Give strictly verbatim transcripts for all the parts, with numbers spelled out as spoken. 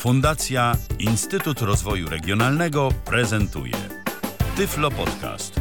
Fundacja Instytut Rozwoju Regionalnego prezentuje Tyflo Podcast.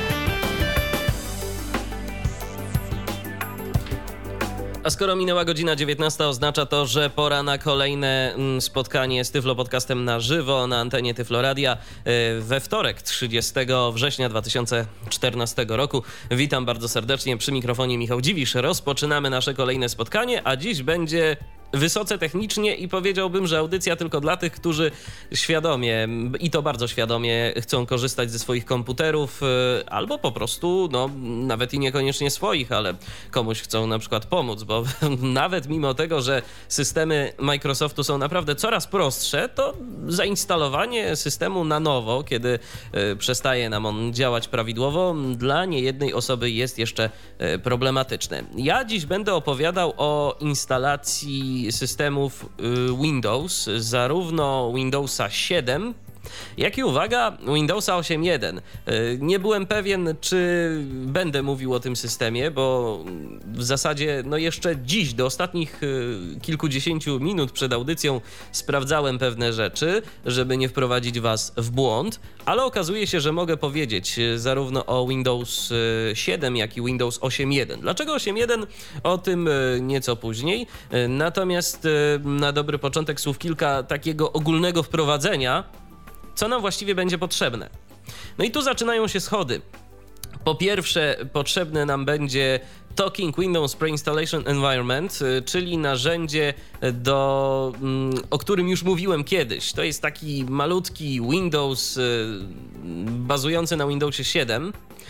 A skoro minęła godzina dziewiętnasta, oznacza to, że pora na kolejne spotkanie z Tyflo Podcastem na żywo na antenie Tyflo Radia we wtorek, trzydziestego września dwa tysiące czternastego roku. Witam bardzo serdecznie, przy mikrofonie Michał Dziwisz. Rozpoczynamy nasze kolejne spotkanie, a dziś będzie wysoce technicznie i powiedziałbym, że audycja tylko dla tych, którzy świadomie, i to bardzo świadomie, chcą korzystać ze swoich komputerów albo po prostu, no nawet i niekoniecznie swoich, ale komuś chcą na przykład pomóc, bo nawet mimo tego, że systemy Microsoftu są naprawdę coraz prostsze, to zainstalowanie systemu na nowo, kiedy przestaje nam on działać prawidłowo, dla niejednej osoby jest jeszcze problematyczne. Ja dziś będę opowiadał o instalacji systemów Windows, zarówno Windowsa siedem, jak i, uwaga, Windowsa osiem jeden. Nie byłem pewien, czy będę mówił o tym systemie, bo w zasadzie no jeszcze dziś, do ostatnich kilkudziesięciu minut przed audycją sprawdzałem pewne rzeczy, żeby nie wprowadzić was w błąd, ale okazuje się, że mogę powiedzieć zarówno o Windows siedem, jak i Windows osiem jeden. Dlaczego osiem jeden? O tym nieco później. Natomiast na dobry początek słów kilka takiego ogólnego wprowadzenia, co nam właściwie będzie potrzebne. No i tu zaczynają się schody. Po pierwsze, potrzebne nam będzie Talking Windows Pre-Installation Environment, czyli narzędzie, do, o którym już mówiłem kiedyś. To jest taki malutki Windows bazujący na Windowsie siedem.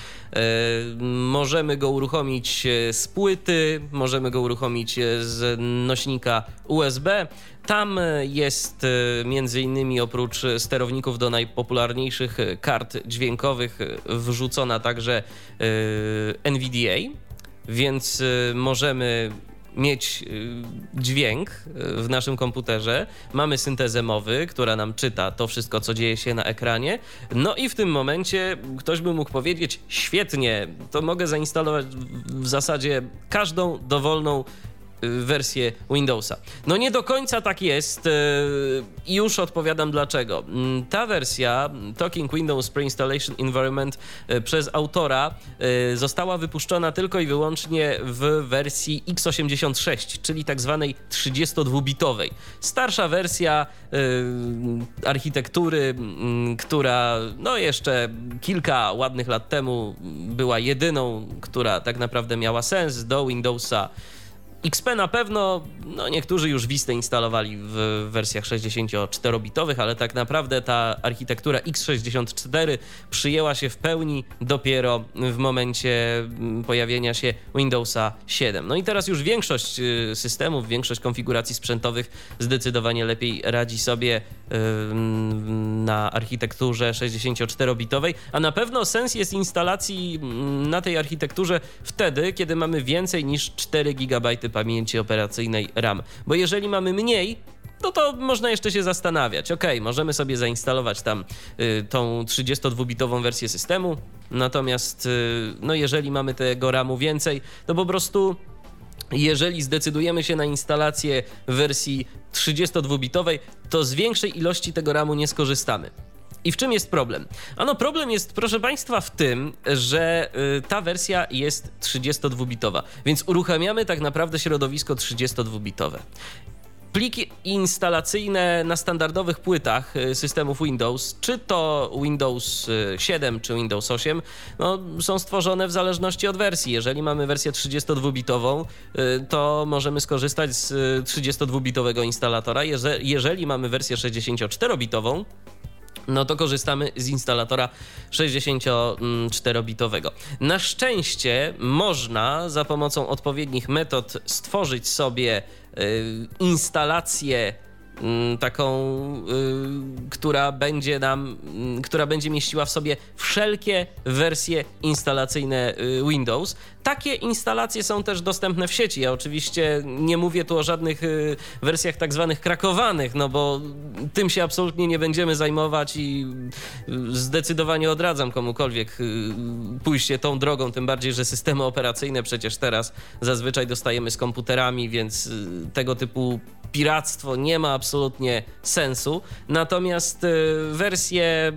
Możemy go uruchomić z płyty, możemy go uruchomić z nośnika U S B. Tam jest między innymi oprócz sterowników do najpopularniejszych kart dźwiękowych wrzucona także N V D A, więc możemy mieć dźwięk w naszym komputerze. Mamy syntezę mowy, która nam czyta to wszystko, co dzieje się na ekranie. No i w tym momencie ktoś by mógł powiedzieć: świetnie, to mogę zainstalować w zasadzie każdą dowolną wersję Windowsa. No nie do końca tak jest i już odpowiadam dlaczego. Ta wersja Talking Windows Pre-Installation Environment przez autora została wypuszczona tylko i wyłącznie w wersji X osiemdziesiąt sześć, czyli tak zwanej trzydziestodwubitowej. Starsza wersja architektury, która no jeszcze kilka ładnych lat temu była jedyną, która tak naprawdę miała sens, do Windowsa X P na pewno, no niektórzy już Vistę instalowali w wersjach sześćdziesięcioczterobitowych, ale tak naprawdę ta architektura X sześćdziesiąt cztery przyjęła się w pełni dopiero w momencie pojawienia się Windowsa siedem. No i teraz już większość systemów, większość konfiguracji sprzętowych zdecydowanie lepiej radzi sobie na architekturze sześćdziesięcioczterobitowej, a na pewno sens jest instalacji na tej architekturze wtedy, kiedy mamy więcej niż cztery gigabajty pamięci operacyjnej RAM. Bo jeżeli mamy mniej, no to można jeszcze się zastanawiać. Ok, możemy sobie zainstalować tam y, tą trzydziestodwubitową wersję systemu, natomiast y, no jeżeli mamy tego ramu więcej, to po prostu jeżeli zdecydujemy się na instalację w wersji trzydziestodwubitowej, to z większej ilości tego ramu nie skorzystamy. I w czym jest problem? Ano problem jest, proszę Państwa, w tym, że y, ta wersja jest trzydziestodwubitowa, więc uruchamiamy tak naprawdę środowisko trzydziestodwubitowe. Pliki instalacyjne na standardowych płytach systemów Windows, czy to Windows siedem, czy Windows osiem, no, są stworzone w zależności od wersji. Jeżeli mamy wersję trzydziestodwubitową, to możemy skorzystać z trzydziestodwubitowego instalatora. Jeżeli mamy wersję sześćdziesięcioczterobitową, no to korzystamy z instalatora sześćdziesięcioczterobitowego. Na szczęście można za pomocą odpowiednich metod stworzyć sobie y, instalację y, taką, y, która będzie nam, y, która będzie mieściła w sobie wszelkie wersje instalacyjne y, Windows. Takie instalacje są też dostępne w sieci. Ja oczywiście nie mówię tu o żadnych y, wersjach tak zwanych krakowanych, no bo tym się absolutnie nie będziemy zajmować i y, zdecydowanie odradzam komukolwiek y, pójście tą drogą, tym bardziej, że systemy operacyjne przecież teraz zazwyczaj dostajemy z komputerami, więc y, tego typu piractwo nie ma absolutnie absolutnie sensu. Natomiast wersje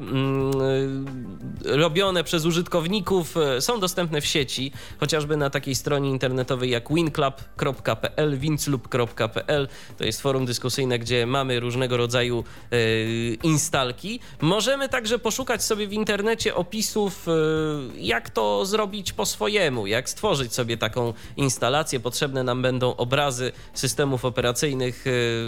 robione przez użytkowników są dostępne w sieci, chociażby na takiej stronie internetowej jak winclub kropka p l, winclub kropka p l. To jest forum dyskusyjne, gdzie mamy różnego rodzaju instalki. Możemy także poszukać sobie w internecie opisów, jak to zrobić po swojemu, jak stworzyć sobie taką instalację. Potrzebne nam będą obrazy systemów operacyjnych.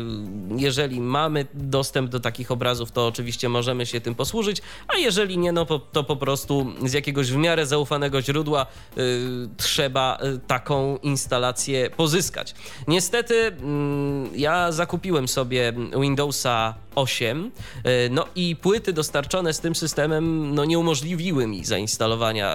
Jeżeli mamy dostęp do takich obrazów, to oczywiście możemy się tym posłużyć, a jeżeli nie, no to po prostu z jakiegoś w miarę zaufanego źródła y, trzeba taką instalację pozyskać. Niestety y, ja zakupiłem sobie Windowsa osiem, no i płyty dostarczone z tym systemem no nie umożliwiły mi zainstalowania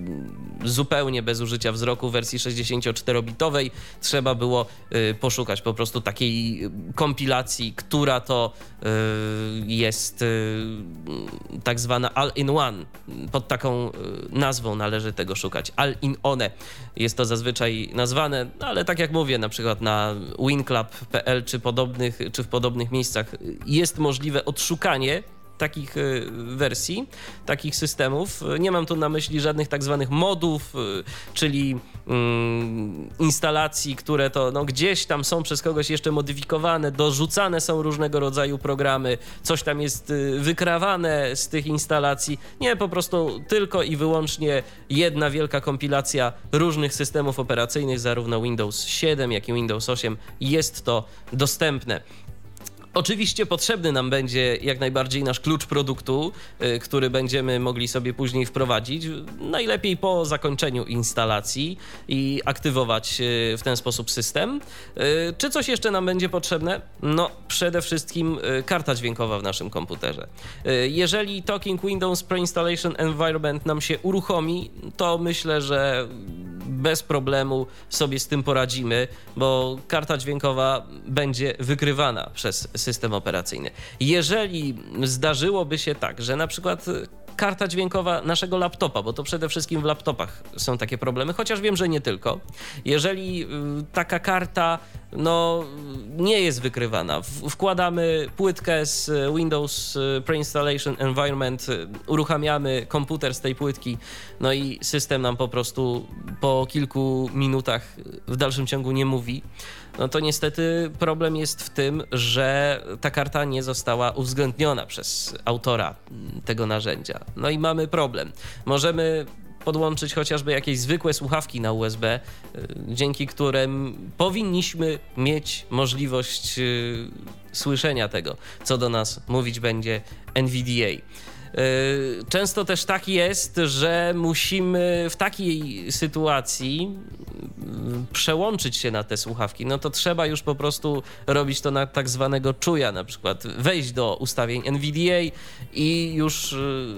zupełnie bez użycia wzroku wersji sześćdziesięcioczterobitowej. Trzeba było y, poszukać po prostu takiej kompilacji, która to y, jest y, tak zwana all-in-one. Pod taką y, nazwą należy tego szukać. All-in-one jest to zazwyczaj nazwane, no ale tak jak mówię, na przykład na winclub kropka p l czy, podobnych, czy w podobnych miejscach jest możliwe odszukanie takich wersji, takich systemów. Nie mam tu na myśli żadnych tak zwanych modów, czyli mm, instalacji, które to no, gdzieś tam są przez kogoś jeszcze modyfikowane, dorzucane są różnego rodzaju programy, coś tam jest wykrawane z tych instalacji. Nie, po prostu tylko i wyłącznie jedna wielka kompilacja różnych systemów operacyjnych, zarówno Windows siedem, jak i Windows osiem jest to dostępne. Oczywiście potrzebny nam będzie jak najbardziej nasz klucz produktu, który będziemy mogli sobie później wprowadzić, najlepiej po zakończeniu instalacji i aktywować w ten sposób system. Czy coś jeszcze nam będzie potrzebne? No przede wszystkim karta dźwiękowa w naszym komputerze. Jeżeli Talking Windows Pre-Installation Environment nam się uruchomi, to myślę, że bez problemu sobie z tym poradzimy, bo karta dźwiękowa będzie wykrywana przez system operacyjny. Jeżeli zdarzyłoby się tak, że na przykład karta dźwiękowa naszego laptopa, bo to przede wszystkim w laptopach są takie problemy, chociaż wiem, że nie tylko. Jeżeli taka karta no, nie jest wykrywana, wkładamy płytkę z Windows Pre-Installation Environment, uruchamiamy komputer z tej płytki, no i system nam po prostu po kilku minutach w dalszym ciągu nie mówi, no to niestety problem jest w tym, że ta karta nie została uwzględniona przez autora tego narzędzia. No i mamy problem. Możemy podłączyć chociażby jakieś zwykłe słuchawki na U S B, dzięki którym powinniśmy mieć możliwość słyszenia tego, co do nas mówić będzie N V D A. Często też tak jest, że musimy w takiej sytuacji przełączyć się na te słuchawki. No to trzeba już po prostu robić to na tak zwanego czuja, na przykład wejść do ustawień N V D A i już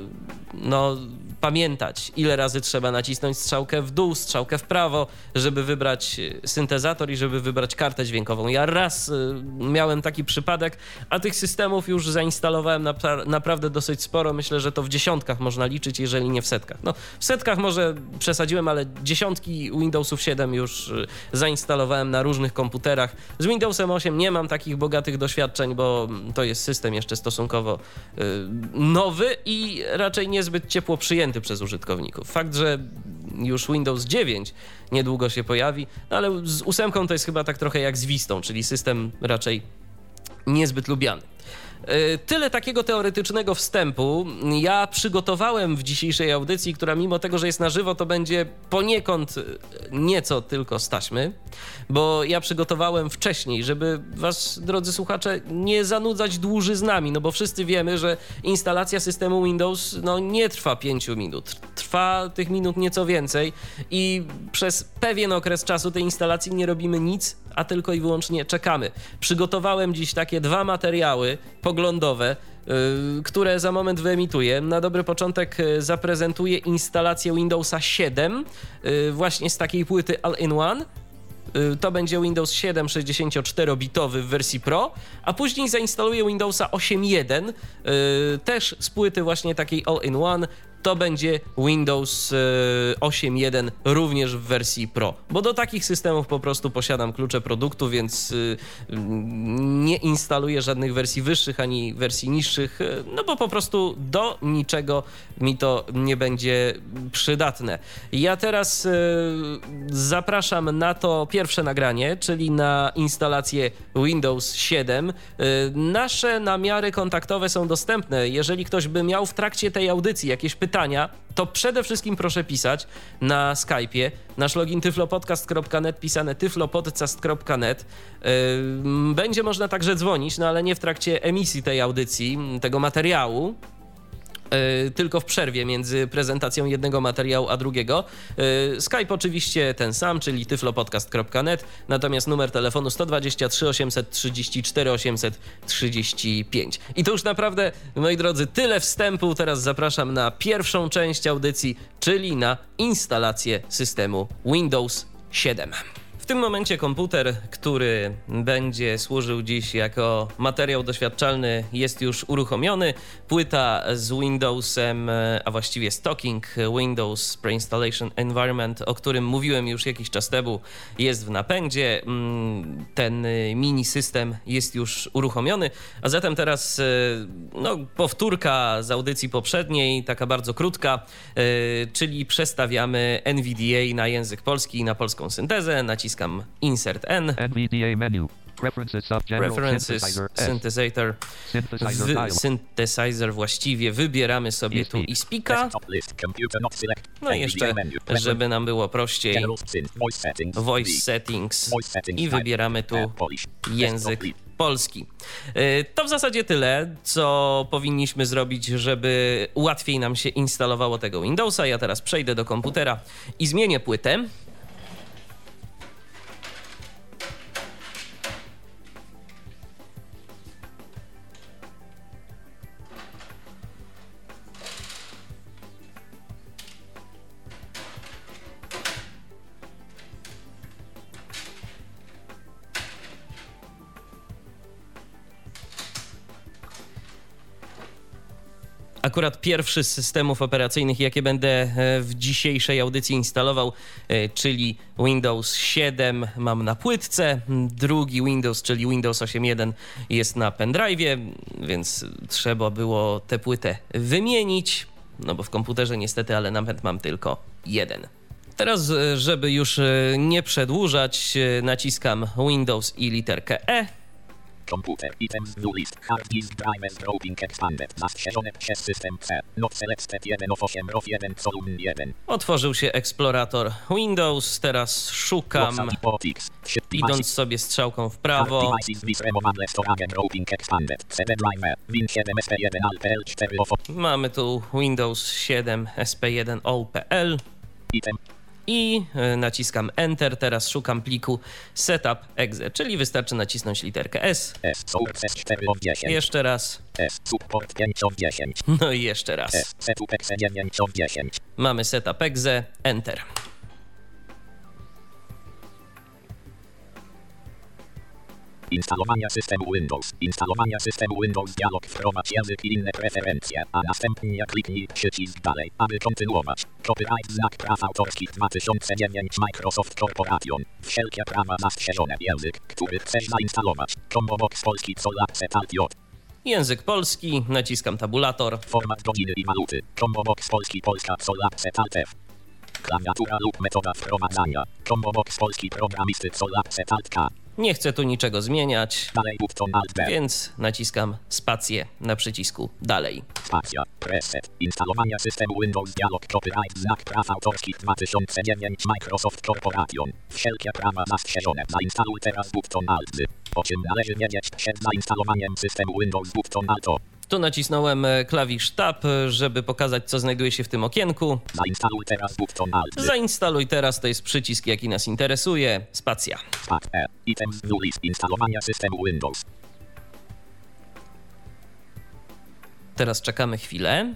no, pamiętać, ile razy trzeba nacisnąć strzałkę w dół, strzałkę w prawo, żeby wybrać syntezator i żeby wybrać kartę dźwiękową. Ja raz miałem taki przypadek, a tych systemów już zainstalowałem napra- naprawdę dosyć sporo. Myślę, że to w dziesiątkach można liczyć, jeżeli nie w setkach. No, w setkach może przesadziłem, ale dziesiątki Windowsów siedem już zainstalowałem na różnych komputerach. Z Windowsem osiem nie mam takich bogatych doświadczeń, bo to jest system jeszcze stosunkowo y, nowy i raczej niezbyt ciepło przyjęty przez użytkowników. Fakt, że już Windows dziewięć niedługo się pojawi, no ale z ósemką to jest chyba tak trochę jak z Vistą, czyli system raczej niezbyt lubiany. Tyle takiego teoretycznego wstępu. Ja przygotowałem w dzisiejszej audycji, która mimo tego, że jest na żywo, to będzie poniekąd nieco tylko z taśmy, bo ja przygotowałem wcześniej, żeby was, drodzy słuchacze, nie zanudzać dłużyznami, no bo wszyscy wiemy, że instalacja systemu Windows no, nie trwa pięciu minut. Trwa tych minut nieco więcej i przez pewien okres czasu tej instalacji nie robimy nic, a tylko i wyłącznie czekamy. Przygotowałem dziś takie dwa materiały poglądowe, yy, które za moment wyemituję. Na dobry początek zaprezentuję instalację Windowsa siedem, yy, właśnie z takiej płyty All-in-One. Yy, to będzie Windows siedem sześćdziesięcioczterobitowy w wersji Pro, a później zainstaluję Windowsa osiem jeden, yy, też z płyty właśnie takiej All-in-One. to będzie Windows osiem jeden również w wersji Pro, bo do takich systemów po prostu posiadam klucze produktu, więc nie instaluję żadnych wersji wyższych ani wersji niższych, no bo po prostu do niczego mi to nie będzie przydatne. Ja teraz zapraszam na to pierwsze nagranie, czyli na instalację Windows siedem. Nasze namiary kontaktowe są dostępne. Jeżeli ktoś by miał w trakcie tej audycji jakieś pytania, to przede wszystkim proszę pisać na Skype'ie. Nasz login tyflopodcast kropka net, pisane tyflopodcast kropka net. Będzie można także dzwonić, no ale nie w trakcie emisji tej audycji, tego materiału, tylko w przerwie między prezentacją jednego materiału a drugiego. Skype oczywiście ten sam, czyli tyflopodcast kropka net, natomiast numer telefonu sto dwadzieścia trzy osiemset trzydzieści cztery osiemset trzydzieści pięć. I to już naprawdę, moi drodzy, tyle wstępu. Teraz zapraszam na pierwszą część audycji, czyli na instalację systemu Windows siedem. W tym momencie komputer, który będzie służył dziś jako materiał doświadczalny, jest już uruchomiony. Płyta z Windowsem, a właściwie Stocking Windows Pre-Installation Environment, o którym mówiłem już jakiś czas temu, jest w napędzie. Ten mini system jest już uruchomiony, a zatem teraz no, powtórka z audycji poprzedniej, taka bardzo krótka, czyli przestawiamy N V D A na język polski i na polską syntezę. Naciskam Insert N. N V D A menu. Preferences of General References, Synthesizer. Synthesizer. Synthesizer W dialog. synthesizer właściwie wybieramy sobie tu i speaka. No i jeszcze, żeby nam było prościej, Voice Settings i wybieramy tu język polski. To w zasadzie tyle, co powinniśmy zrobić, żeby łatwiej nam się instalowało tego Windowsa. Ja teraz przejdę do komputera i zmienię płytę. Akurat pierwszy z systemów operacyjnych, jakie będę w dzisiejszej audycji instalował, czyli Windows siedem, mam na płytce. Drugi Windows, czyli Windows osiem jeden, jest na pendrive'ie, więc trzeba było tę płytę wymienić, no bo w komputerze niestety, ale napęd mam tylko jeden. Teraz, żeby już nie przedłużać, naciskam Windows i literkę E. Komputer, items, view list, hard disk, drivers, grouping, expanded, zastrzeżone przez system C, not selected jeden of osiem, row jeden, column jeden. Otworzył się eksplorator Windows, teraz szukam, idąc sobie strzałką w prawo. Mamy tu Windows siedem S P jeden O P L. Item. I naciskam Enter, teraz szukam pliku setup.exe, czyli wystarczy nacisnąć literkę S. S, source cztery of dziesięć. Jeszcze raz. S, support pięć of dziesięć. No i jeszcze raz. S, setup.exe dziewięć of dziesięć. Mamy setup.exe, Enter. Instalowania systemu Windows. Instalowania systemu Windows dialog, wprowadź język i inne preferencje, a następnie kliknij przycisk dalej, aby kontynuować. Copyright znak praw autorskich dwa tysiące dziewięć Microsoft Corporation. Wszelkie prawa zastrzeżone. Język, który chcesz zainstalować. Combo box polski Solacet Alt J. Język polski, naciskam tabulator. Format godziny i waluty. Combo box polski Polska Solacet Alt F. Klawiatura lub metoda wprowadzania. Combo box polski programisty Solacet Alt K. Nie chcę tu niczego zmieniać, Dalej button Alt B. więc naciskam spację na przycisku dalej. Spacja, preset, instalowania systemu Windows dialog, copyright, znak praw autorskich dwa tysiące dziewięć Microsoft Corporation. Wszelkie prawa zastrzeżone. Zainstaluj teraz button Alt Z. O czym należy wiedzieć przed zainstalowaniem systemu Windows button Alt O. Tu nacisnąłem klawisz Tab, żeby pokazać, co znajduje się w tym okienku. Zainstaluj teraz button Alt Z. Zainstaluj teraz, to jest przycisk, jaki nas interesuje. Spacja. Spac E. Items view list. Instalowania systemu Windows. Teraz czekamy chwilę.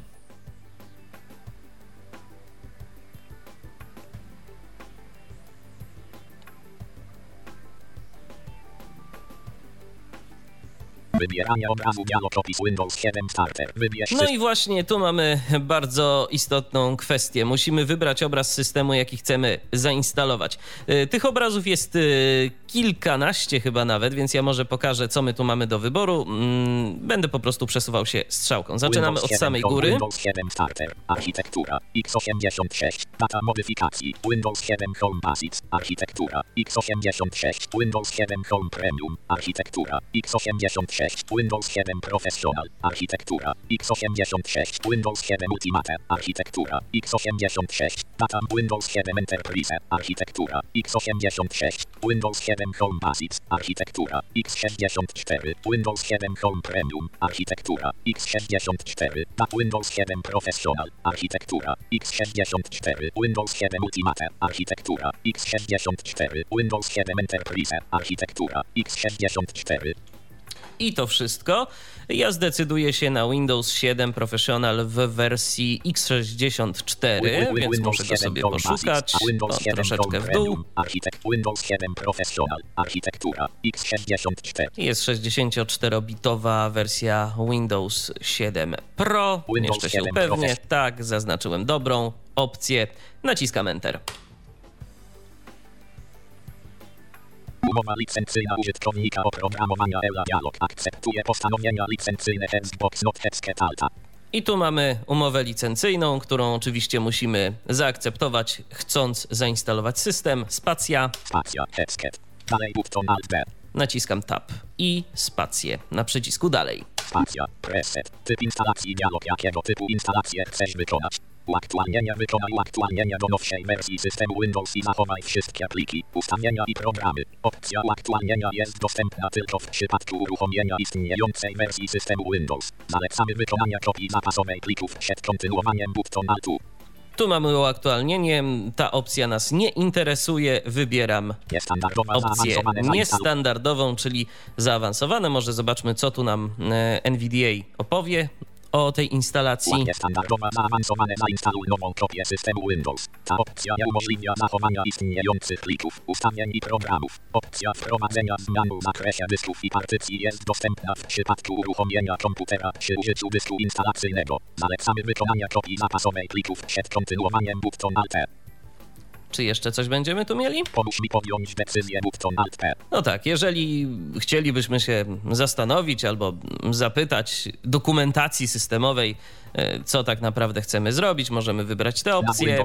Wybieranie obrazu dialog opis Windows siedem Starter. Wybierz No i właśnie tu mamy bardzo istotną kwestię. Musimy wybrać obraz systemu, jaki chcemy zainstalować. Y, Tych obrazów jest y, kilkanaście chyba nawet, więc ja może pokażę, co my tu mamy do wyboru. Mm, Będę po prostu przesuwał się strzałką. Zaczynamy Windows od siedem samej Home, góry. Windows siedem Starter. Architektura. X osiemdziesiąt sześć. Data modyfikacji. Windows siedem Home Basics. Architektura. X osiemdziesiąt sześć. Windows siedem Home Premium. Architektura. X osiemdziesiąt sześć. Windows siedem Professional. Architektura. X osiemdziesiąt sześć. Windows siedem Ultimate. Architektura. X osiemdziesiąt sześć. Data Windows siedem Enterprise. Architektura. X osiemdziesiąt sześć. Windows siedem Home Basics. Architektura. X sześćdziesiąt cztery. Windows siedem Home Premium. Architektura. X sześćdziesiąt cztery. Data Windows siedem Professional. Architektura. X sześćdziesiąt cztery. Windows siedem Ultimate. Architektura. X sześćdziesiąt cztery. Windows siedem Enterprise. Architektura. X sześćdziesiąt cztery. I to wszystko. Ja zdecyduję się na Windows siedem Professional w wersji X sześćdziesiąt cztery, więc muszę go sobie poszukać. O, troszeczkę w dół. Windows siedem Professional. Architektura. X sześćdziesiąt cztery. Jest sześćdziesięcioczterobitowa wersja Windows siedem Pro. Jeszcze się upewnię. Tak, zaznaczyłem dobrą opcję. Naciskam Enter. Umowa licencyjna użytkownika oprogramowania E L A Dialog akceptuje postanowienia licencyjne Xbox Not Hexket Alta. I tu mamy umowę licencyjną, którą oczywiście musimy zaakceptować, chcąc zainstalować system. Spacja. Spacja Hexket. Dalej button Alt B. Naciskam Tab i spację na przycisku dalej. Spacja Preset. Typ instalacji dialog. Jakiego typu instalację chcesz wykonać? Uaktualnienia. Wykonaj uaktualnienia do nowszej wersji systemu Windows i zachowaj wszystkie pliki, ustawienia i programy. Opcja uaktualnienia jest dostępna tylko w przypadku uruchomienia istniejącej wersji systemu Windows. Zalecamy wykonania kopii zapasowej plików przed kontynuowaniem button Altu. Tu mamy uaktualnienie. Ta opcja nas nie interesuje. Wybieram opcję niestandardową, czyli zaawansowane. Może zobaczmy, co tu nam N V D A opowie o tej instalacji. Standardowa zaawansowane zainstaluj nową kopię systemu Windows. Ta opcja umożliwia zachowania istniejących plików, ustawień i programów. Opcja wprowadzenia zmian w zakresie dysków i partycji jest dostępna w przypadku uruchomienia komputera przy użyciu dysku instalacyjnego. Zalecamy wykonania kopii zapasowej plików przed kontynuowaniem button Alt P. Czy jeszcze coś będziemy tu mieli? Pomóż mi podjąć decyzję button Alt P. No tak, jeżeli chcielibyśmy się zastanowić albo zapytać dokumentacji systemowej, co tak naprawdę chcemy zrobić, możemy wybrać tę opcję.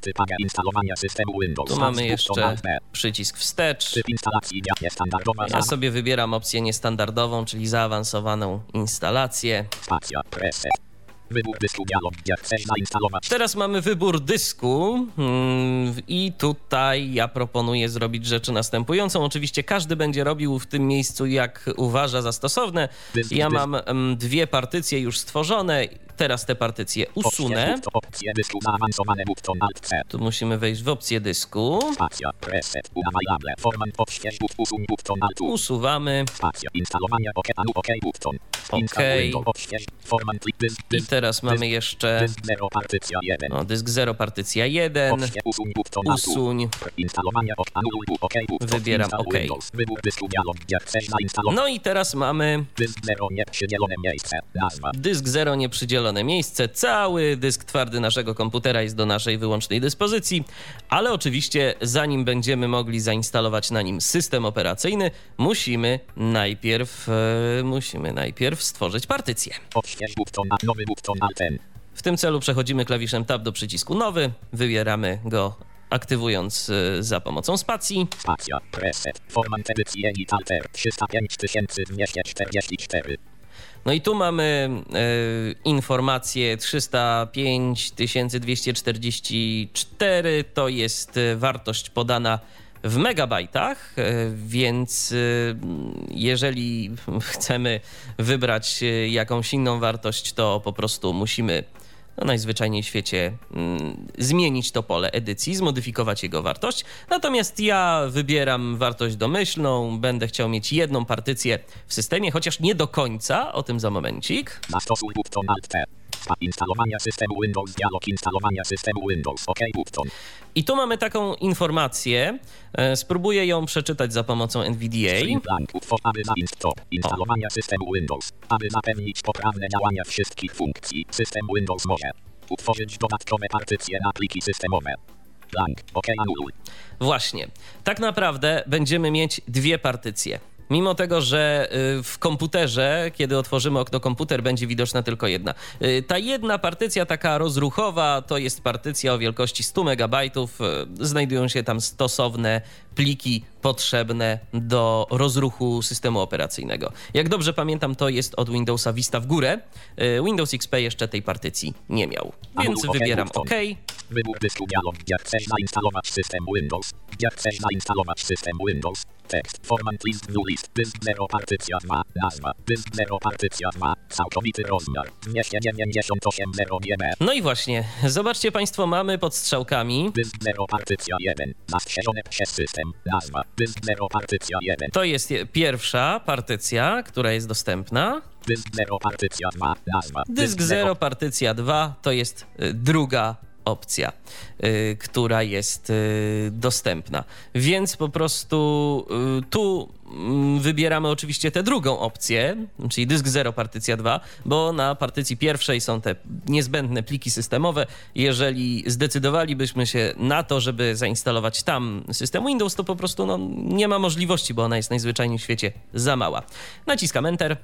Tu mamy jeszcze przycisk wstecz. Ja sobie wybieram opcję niestandardową, czyli zaawansowaną instalację. Spacja, preset. Wybór dysku dialog, gdzie chcesz zainstalować. Teraz mamy wybór dysku hmm, i tutaj ja proponuję zrobić rzeczy następującą. Oczywiście każdy będzie robił w tym miejscu jak uważa za stosowne. Dysk, ja dysk. mam um, dwie partycje już stworzone. Teraz te partycje usunę. Opcję dysku zaawansowane button Alt C. Tu musimy wejść w opcję dysku. Spacja, preset, unavailable, format, odśwież, usuń button Alt. Usuwamy. Spacja, instalowanie OK, OK button. OK. Format, dysk, I dysk, teraz mamy dysk, jeszcze dysk zero, partycja jeden. no, dysk zero, partycja jeden. Usuń button Alt. Usuń. Instalowanie OK, OK button. Wybieram OK. Wybór dysku dialog, gdzie chcesz zainstalować. No i teraz mamy Dysk zero, nieprzydzielone miejsce. Nazwa. dysk zero, nieprzydzielone miejsce. Cały dysk twardy naszego komputera jest do naszej wyłącznej dyspozycji, ale oczywiście zanim będziemy mogli zainstalować na nim system operacyjny, musimy najpierw e, musimy najpierw stworzyć partycję. Odśwież button, nowy button Alt N. W tym celu przechodzimy klawiszem Tab do przycisku nowy, wybieramy go aktywując e, za pomocą spacji. Spacja, preset, format edycji Edit Alter trzysta pięć tysięcy dwieście czterdzieści cztery. No i tu mamy y, informację trzysta pięć tysięcy dwieście czterdzieści cztery, to jest wartość podana w megabajtach, więc jeżeli chcemy wybrać jakąś inną wartość, to po prostu musimy no najzwyczajniej w świecie mm, zmienić to pole edycji, zmodyfikować jego wartość. Natomiast ja wybieram wartość domyślną, będę chciał mieć jedną partycję w systemie, chociaż nie do końca, o tym za momencik. Zastosuj button Alt T. Państwa. Instalowania systemu Windows. Dialog instalowania systemu Windows. OK button. I tu mamy taką informację. E, spróbuję ją przeczytać za pomocą N V D A. Stream blank. Utwórz, aby zainstalować instalowania systemu Windows. Aby zapewnić poprawne działania wszystkich funkcji. System Windows może utworzyć dodatkowe partycje na pliki systemowe. Blank. OK anuluj. Właśnie. Tak naprawdę będziemy mieć dwie partycje. Mimo tego, że w komputerze, kiedy otworzymy okno komputer, będzie widoczna tylko jedna. Ta jedna partycja, taka rozruchowa, to jest partycja o wielkości sto megabajtów. Znajdują się tam stosowne pliki potrzebne do rozruchu systemu operacyjnego. Jak dobrze pamiętam, to jest od Windowsa Vista w górę. Windows X P jeszcze tej partycji nie miał. Więc wybieram OK. Wybór dysku dialog, gdzie chcesz zainstalować system Windows. Gdzie chcesz zainstalować system Windows. Tekst, format list, view list, dysk zero, partycja dwa, nazwa, dysk zero, partycja dwa, całkowity rozmiar, dwieście dziewięćdziesiąt osiem zero giga. No i właśnie, zobaczcie Państwo, mamy pod strzałkami. Dysk zero, partycja jeden, zastrzeżone przez system, nazwa, dysk zero, partycja jeden. To jest pierwsza partycja, która jest dostępna. Dysk zero, partycja dwa, nazwa. Dysk zero, partycja dwa to jest druga opcja, y, która jest y, dostępna. Więc po prostu y, tu y, wybieramy oczywiście tę drugą opcję, czyli dysk zero, partycja dwa, bo na partycji pierwszej są te niezbędne pliki systemowe. Jeżeli zdecydowalibyśmy się na to, żeby zainstalować tam system Windows, to po prostu no, nie ma możliwości, bo ona jest najzwyczajniej w świecie za mała. Naciskam Enter.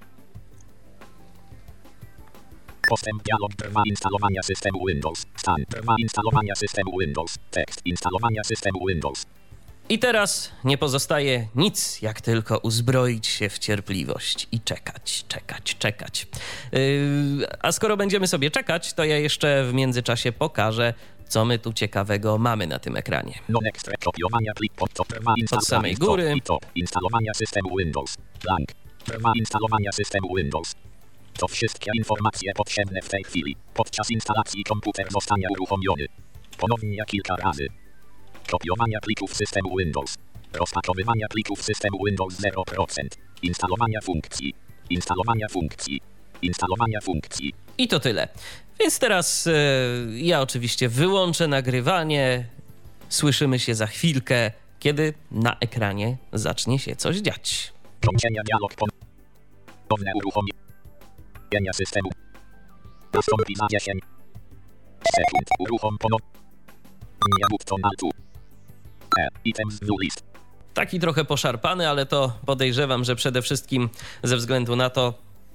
Postęp dialog trwa instalowania systemu Windows. Stan trwa instalowania systemu Windows. Tekst instalowania systemu Windows. I teraz nie pozostaje nic, jak tylko uzbroić się w cierpliwość i czekać, czekać, czekać. Yy, a skoro będziemy sobie czekać, to ja jeszcze w międzyczasie pokażę, co my tu ciekawego mamy na tym ekranie. No next, kopiowania plik pod to trwa Od samej góry. To instalowania systemu Windows. Blank. Trwa instalowania systemu Windows. To wszystkie informacje potrzebne w tej chwili. Podczas instalacji komputer zostanie uruchomiony. Ponownie kilka razy. Kopiowania plików systemu Windows. Rozpakowywania plików systemu Windows zero procent. Instalowania funkcji. Instalowania funkcji. Instalowania funkcji. I to tyle. Więc teraz e, ja oczywiście wyłączę nagrywanie. Słyszymy się za chwilkę, kiedy na ekranie zacznie się coś dziać. Kończenia dialog ponowne uruchomienie systemu. Nastąpi za dziesięć sekund. Uruchom ponownie button Altu. E. Items view list. Taki trochę poszarpany, ale to podejrzewam, że przede wszystkim ze względu na to,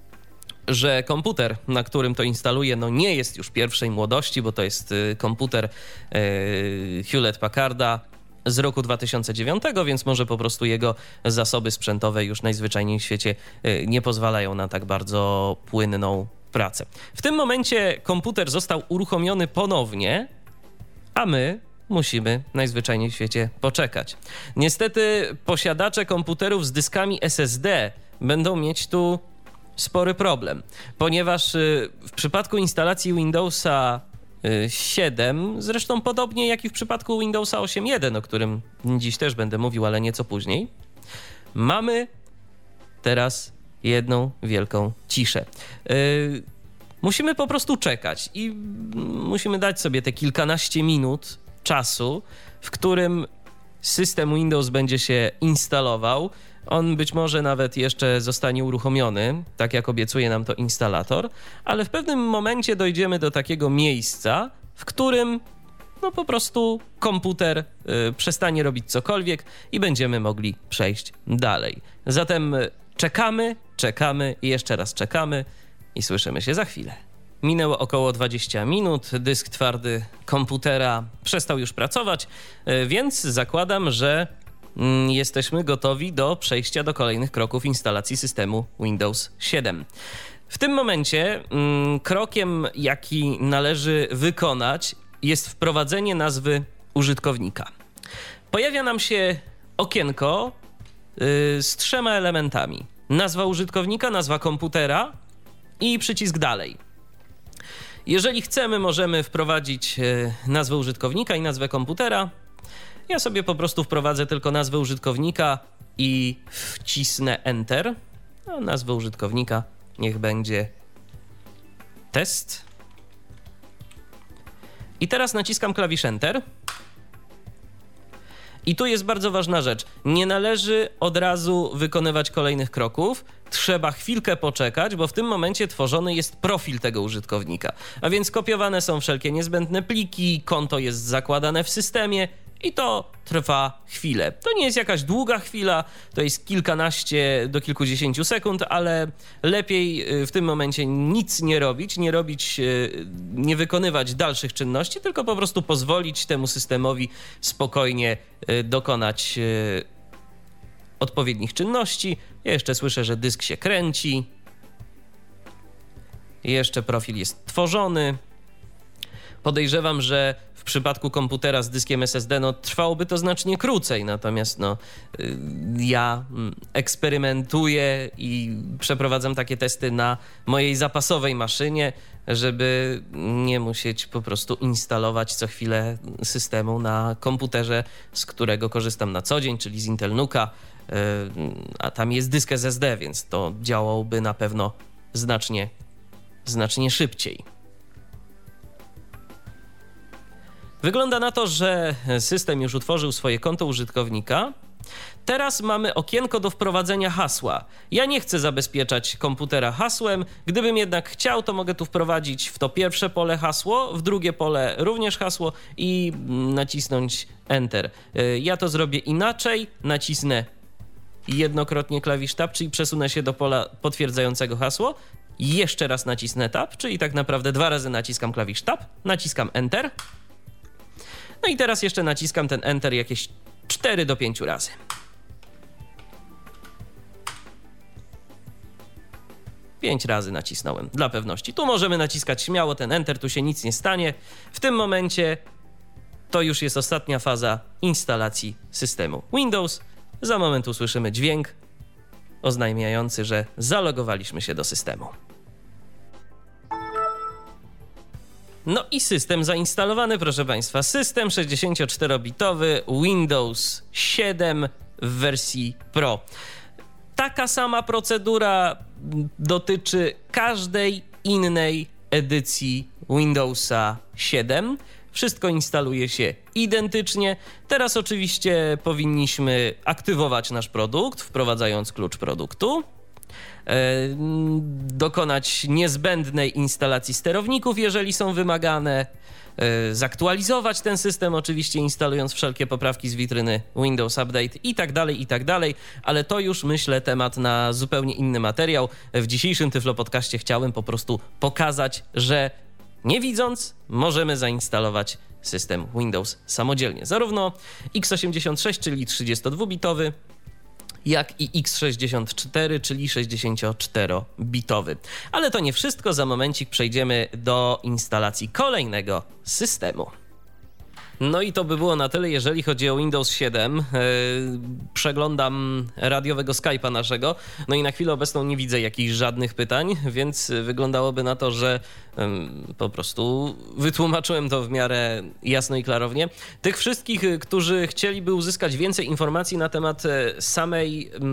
że komputer, na którym to instaluję, no nie jest już pierwszej młodości, bo to jest komputer yy, Hewlett Packarda z roku dwa tysiące dziewiątego, więc może po prostu jego zasoby sprzętowe już najzwyczajniej w świecie yy, nie pozwalają na tak bardzo płynną pracę. W tym momencie komputer został uruchomiony ponownie, a my musimy najzwyczajniej w świecie poczekać. Niestety posiadacze komputerów z dyskami S S D będą mieć tu spory problem, ponieważ w przypadku instalacji Windowsa siedem, zresztą podobnie jak i w przypadku Windowsa osiem jeden, o którym dziś też będę mówił, ale nieco później, mamy teraz jedną wielką ciszę. Yy, musimy po prostu czekać i musimy dać sobie te kilkanaście minut czasu, w którym system Windows będzie się instalował. On być może nawet jeszcze zostanie uruchomiony, tak jak obiecuje nam to instalator, ale w pewnym momencie dojdziemy do takiego miejsca, w którym no po prostu komputer y, przestanie robić cokolwiek i będziemy mogli przejść dalej. Zatem czekamy, czekamy i jeszcze raz czekamy i słyszymy się za chwilę. Minęło około dwadzieścia minut, dysk twardy komputera przestał już pracować, y, więc zakładam, że jesteśmy gotowi do przejścia do kolejnych kroków instalacji systemu Windows siedem. W tym momencie mm, krokiem, jaki należy wykonać, jest wprowadzenie nazwy użytkownika. Pojawia nam się okienko yy, z trzema elementami. Nazwa użytkownika, nazwa komputera i przycisk dalej. Jeżeli chcemy, możemy wprowadzić yy, nazwę użytkownika i nazwę komputera. Ja sobie po prostu wprowadzę tylko nazwę użytkownika i wcisnę Enter. A nazwę użytkownika niech będzie test. I teraz naciskam klawisz Enter. I tu jest bardzo ważna rzecz. Nie należy od razu wykonywać kolejnych kroków. Trzeba chwilkę poczekać, bo w tym momencie tworzony jest profil tego użytkownika. A więc kopiowane są wszelkie niezbędne pliki, konto jest zakładane w systemie i to trwa chwilę. To nie jest jakaś długa chwila, to jest kilkanaście do kilkudziesięciu sekund, ale lepiej w tym momencie nic nie robić, nie robić, nie wykonywać dalszych czynności, tylko po prostu pozwolić temu systemowi spokojnie dokonać odpowiednich czynności. Ja jeszcze słyszę, że dysk się kręci. Jeszcze profil jest tworzony. Podejrzewam, że w przypadku komputera z dyskiem S S D no, trwałoby to znacznie krócej, natomiast no, ja eksperymentuję i przeprowadzam takie testy na mojej zapasowej maszynie, żeby nie musieć po prostu instalować co chwilę systemu na komputerze, z którego korzystam na co dzień, czyli z Intel Nuka, a tam jest dysk S S D, więc to działałoby na pewno znacznie, znacznie szybciej. Wygląda na to, że system już utworzył swoje konto użytkownika. Teraz mamy okienko do wprowadzenia hasła. Ja nie chcę zabezpieczać komputera hasłem. Gdybym jednak chciał, to mogę tu wprowadzić w to pierwsze pole hasło, w drugie pole również hasło i nacisnąć Enter. Ja to zrobię inaczej. Nacisnę jednokrotnie klawisz Tab, czyli przesunę się do pola potwierdzającego hasło. Jeszcze raz nacisnę Tab, czyli tak naprawdę dwa razy naciskam klawisz Tab, naciskam Enter. No i teraz jeszcze naciskam ten Enter jakieś cztery do pięciu razy. pięć razy nacisnąłem dla pewności. Tu możemy naciskać śmiało ten Enter, tu się nic nie stanie. W tym momencie to już jest ostatnia faza instalacji systemu Windows. Za moment usłyszymy dźwięk oznajmiający, że zalogowaliśmy się do systemu. No i system zainstalowany, proszę Państwa. System sześćdziesięcioczterobitowy Windows siedem w wersji Pro. Taka sama procedura dotyczy każdej innej edycji Windowsa siedem. Wszystko instaluje się identycznie. Teraz oczywiście powinniśmy aktywować nasz produkt, wprowadzając klucz produktu. Dokonać niezbędnej instalacji sterowników, jeżeli są wymagane, zaktualizować ten system, oczywiście instalując wszelkie poprawki z witryny Windows Update i tak dalej, i tak dalej, ale to już myślę temat na zupełnie inny materiał. W dzisiejszym Tyflo Podcaście chciałem po prostu pokazać, że nie widząc możemy zainstalować system Windows samodzielnie. Zarówno iks osiemdziesiąt sześć, czyli trzydziestodwubitowy, jak i iks sześćdziesiąt cztery, czyli sześćdziesięcioczterobitowy. Ale to nie wszystko, za momencik przejdziemy do instalacji kolejnego systemu. No i to by było na tyle, jeżeli chodzi o Windows siedem. Yy, przeglądam radiowego Skype'a naszego, no i na chwilę obecną nie widzę jakichś żadnych pytań, więc wyglądałoby na to, że yy, po prostu wytłumaczyłem to w miarę jasno i klarownie. Tych wszystkich, którzy chcieliby uzyskać więcej informacji na temat samej yy,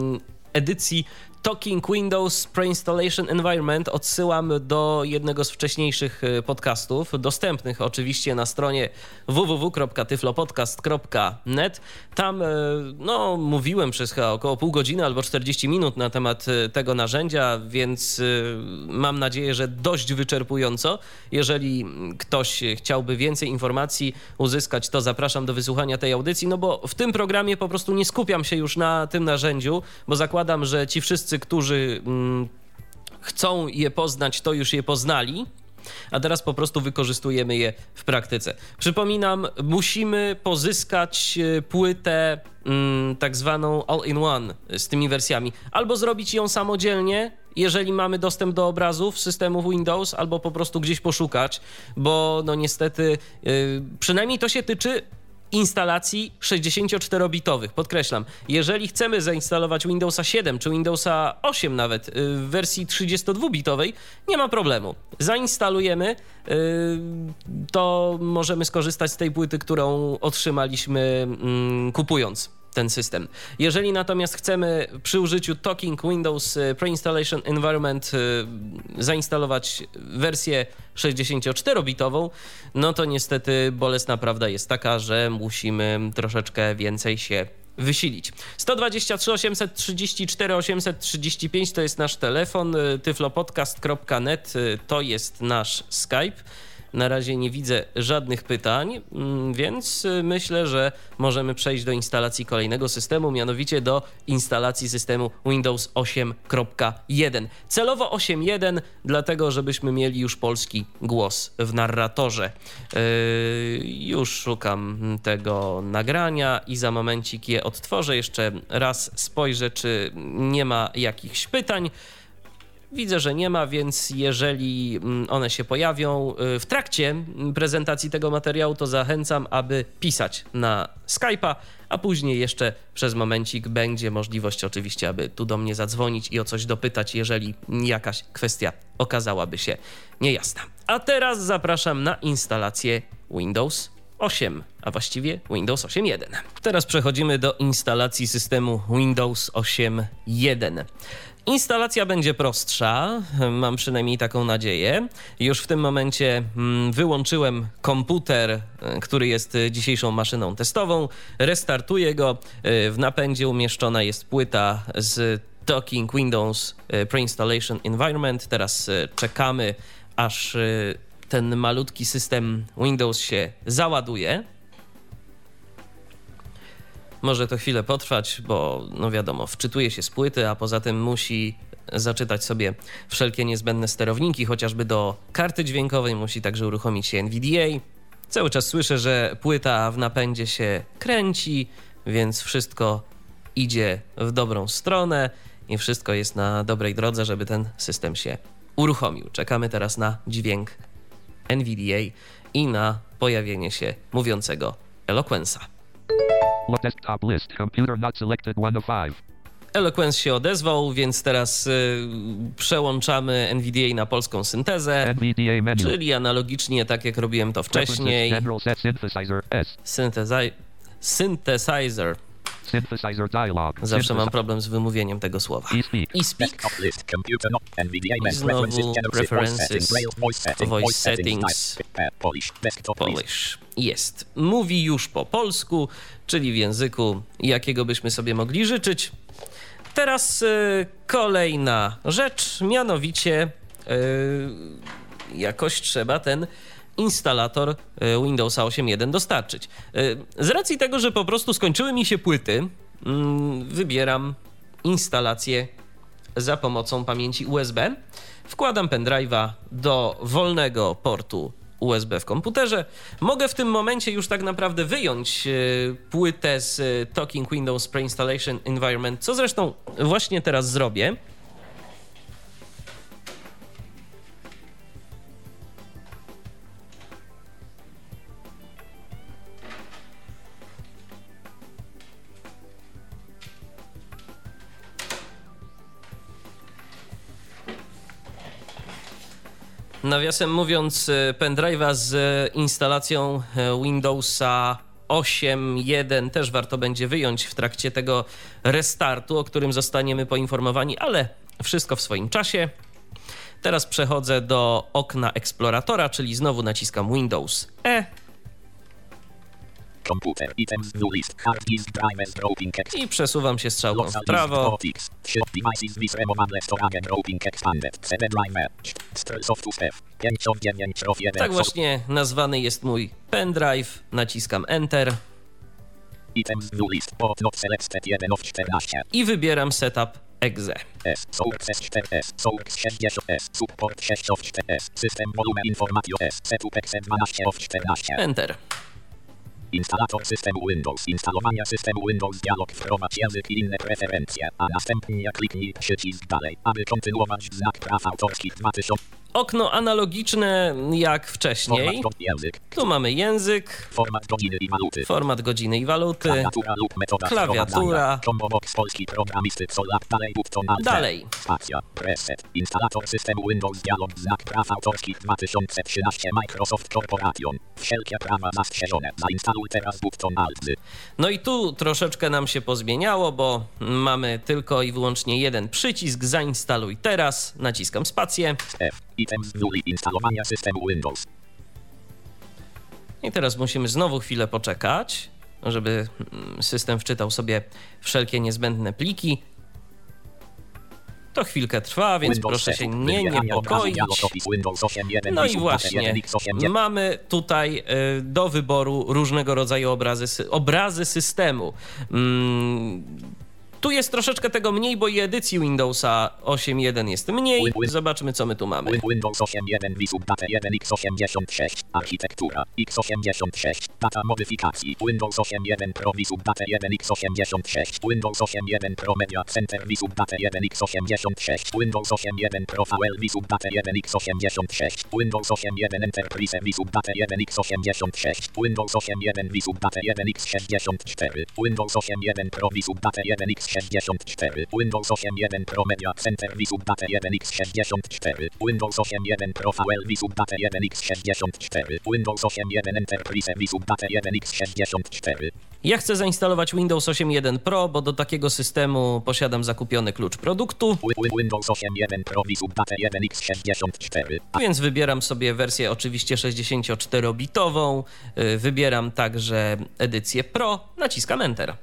edycji Talking Windows Pre-Installation Environment odsyłam do jednego z wcześniejszych podcastów, dostępnych oczywiście na stronie w w w kropka tyflopodcast kropka net. Tam no, mówiłem przez chyba około pół godziny albo czterdzieści minut na temat tego narzędzia, więc mam nadzieję, że dość wyczerpująco. Jeżeli ktoś chciałby więcej informacji uzyskać, to zapraszam do wysłuchania tej audycji, no bo w tym programie po prostu nie skupiam się już na tym narzędziu, bo zakładam, że ci wszyscy, którzy mm, chcą je poznać, to już je poznali, a teraz po prostu wykorzystujemy je w praktyce. Przypominam, musimy pozyskać płytę mm, tak zwaną all-in-one z tymi wersjami. Albo zrobić ją samodzielnie, jeżeli mamy dostęp do obrazów systemów Windows, albo po prostu gdzieś poszukać, bo no niestety yy, przynajmniej to się tyczy instalacji sześćdziesięcioczterobitowych. Podkreślam, jeżeli chcemy zainstalować Windowsa siedem czy Windowsa osiem nawet w wersji trzydziestodwubitowej, nie ma problemu. Zainstalujemy, to możemy skorzystać z tej płyty, którą otrzymaliśmy kupując ten system. Jeżeli natomiast chcemy przy użyciu Talking Windows Pre-Installation Environment zainstalować wersję sześćdziesięcioczterobitową, no to niestety bolesna prawda jest taka, że musimy troszeczkę więcej się wysilić. sto dwadzieścia trzy osiemset trzydzieści cztery osiemset trzydzieści pięć to jest nasz telefon, tyflopodcast kropka net to jest nasz Skype. Na razie nie widzę żadnych pytań, więc myślę, że możemy przejść do instalacji kolejnego systemu, mianowicie do instalacji systemu Windows osiem kropka jeden. Celowo osiem kropka jeden, dlatego żebyśmy mieli już polski głos w narratorze. Yy, już szukam tego nagrania i za momencik je odtworzę. Jeszcze raz spojrzę, czy nie ma jakichś pytań. Widzę, że nie ma, więc jeżeli one się pojawią w trakcie prezentacji tego materiału, to zachęcam, aby pisać na Skype'a, a później jeszcze przez momencik będzie możliwość oczywiście, aby tu do mnie zadzwonić i o coś dopytać, jeżeli jakaś kwestia okazałaby się niejasna. A teraz zapraszam na instalację Windows osiem, a właściwie Windows osiem jeden. Teraz przechodzimy do instalacji systemu Windows osiem jeden. Instalacja będzie prostsza, mam przynajmniej taką nadzieję. Już w tym momencie wyłączyłem komputer, który jest dzisiejszą maszyną testową, restartuję go. W napędzie umieszczona jest płyta z Talking Windows Pre-Installation Environment. Teraz czekamy, aż ten malutki system Windows się załaduje. Może to chwilę potrwać, bo no wiadomo, wczytuje się z płyty, a poza tym musi zaczytać sobie wszelkie niezbędne sterowniki, chociażby do karty dźwiękowej, musi także uruchomić się N V D A. Cały czas słyszę, że płyta w napędzie się kręci, więc wszystko idzie w dobrą stronę i wszystko jest na dobrej drodze, żeby ten system się uruchomił. Czekamy teraz na dźwięk N V D A i na pojawienie się mówiącego Eloquence'a. Desktop list. Computer not selected one of five. Eloquence się odezwał, więc teraz y, przełączamy N V D A na polską syntezę, N V D A menu. czyli analogicznie tak jak robiłem to wcześniej. General set synthesizer S. Synthesi- synthesizer. Synthesizer dialog. Zawsze mam problem z wymówieniem tego słowa. eSpeak. eSpeak. Desktop list. Computer not N V D A I menu. znowu Preferences. preferences, Voice setting. voice settings. Type. Polish. Desktop list. Polish. Jest. Mówi już po polsku, czyli w języku, jakiego byśmy sobie mogli życzyć. Teraz y, kolejna rzecz, mianowicie y, jakoś trzeba ten instalator y, Windowsa osiem jeden dostarczyć. Y, z racji tego, że po prostu skończyły mi się płyty, y, wybieram instalację za pomocą pamięci U S B. Wkładam pendrive'a do wolnego portu U S B w komputerze. Mogę w tym momencie już tak naprawdę wyjąć y, płytę z y, Talking Windows Pre-Installation Environment, co zresztą właśnie teraz zrobię. Nawiasem mówiąc, pendrive'a z instalacją Windowsa osiem jeden też warto będzie wyjąć w trakcie tego restartu, o którym zostaniemy poinformowani, ale wszystko w swoim czasie. Teraz przechodzę do okna eksploratora, czyli znowu naciskam Windows E. Komputer, items, view list, hard disk, drivers, routing, ex- I przesuwam się strzałką Local w prawo. list, Cortex, shop devices, this removable storage, routing, expanded, set driver, soft to step, pięć dziewięć jeden. Tak właśnie nazwany jest mój pendrive. Naciskam Enter Items, view list, port not selected jeden of czternaście. i wybieram Setup Exe. S, Source cztery S, Source sześćdziesiąt S, Support sześć of cztery S, System Volume Information S, Setup Exe dwanaście of czternaście. Enter. Instalator systemu Windows. Instalowania systemu Windows. Dialog. Wprowadź język i inne preferencje, a następnie kliknij przycisk dalej, aby kontynuować znak praw autorskich dwa tysiące. Okno analogiczne jak wcześniej. Format język. Tu mamy język, Format godziny i waluty. format godziny i waluty, Klawiatura lub metoda klawiatura. Combo box polski programisty Solab. Dalej button Alt. Dalej. Spacja. Preset. Instalator systemu Windows. Dialog. Znak praw autorskich dwa tysiące trzynaście. Microsoft Corporation. Wszelkie prawa zastrzeżone. Zainstaluj teraz button Alt. No i tu troszeczkę nam się pozmieniało, bo mamy tylko i wyłącznie jeden przycisk. Zainstaluj teraz. Naciskam spację. F. Items z nuli. Instalowania systemu Windows. I teraz musimy znowu chwilę poczekać, żeby system wczytał sobie wszelkie niezbędne pliki. To chwilkę trwa, więc Windows proszę się setup. nie Wybierania niepokoić. obrazu. Dialog Office Windows osiem jeden. No i Visum właśnie, jeden X osiem. mamy tutaj y, do wyboru różnego rodzaju obrazy, sy- obrazy systemu. Mm, tu jest troszeczkę tego mniej, bo i edycji Windowsa osiem jeden jest mniej. Zobaczmy, co my tu mamy. Win- Windows osiem jeden Visum Data jeden X osiemdziesiąt sześć. Architektura X osiemdziesiąt sześć. Data modyfikacji Windows osiem jeden Pro Visum Data jeden X osiemdziesiąt sześć. Windows osiem jeden Pro Media Center Visum Data jeden X osiemdziesiąt sześć. Windows osiem jeden Pro V L Visum Data jeden X osiemdziesiąt sześć. Windows osiem jeden Enterprise Visum Data jeden X osiemdziesiąt sześć. Windows osiem jeden Visum Data jeden X sześćdziesiąt cztery. Windows osiem jeden Pro Visum Data jeden X sześćdziesiąt cztery. Windows osiem jeden Pro Media Center Visum Data jeden X sześćdziesiąt cztery. Windows osiem jeden Pro V L Visum Data jeden X sześćdziesiąt cztery. Windows osiem jeden Enterprise Visum Data jeden X sześćdziesiąt cztery. Ja chcę zainstalować Windows osiem jeden Pro, bo do takiego systemu posiadam zakupiony klucz produktu, Wi- wi- Windows osiem jeden Pro Visum Data jeden X sześćdziesiąt cztery. więc wybieram sobie wersję oczywiście sześćdziesięcioczterobitową. Yy, Wybieram także edycję Pro, naciskam Enter.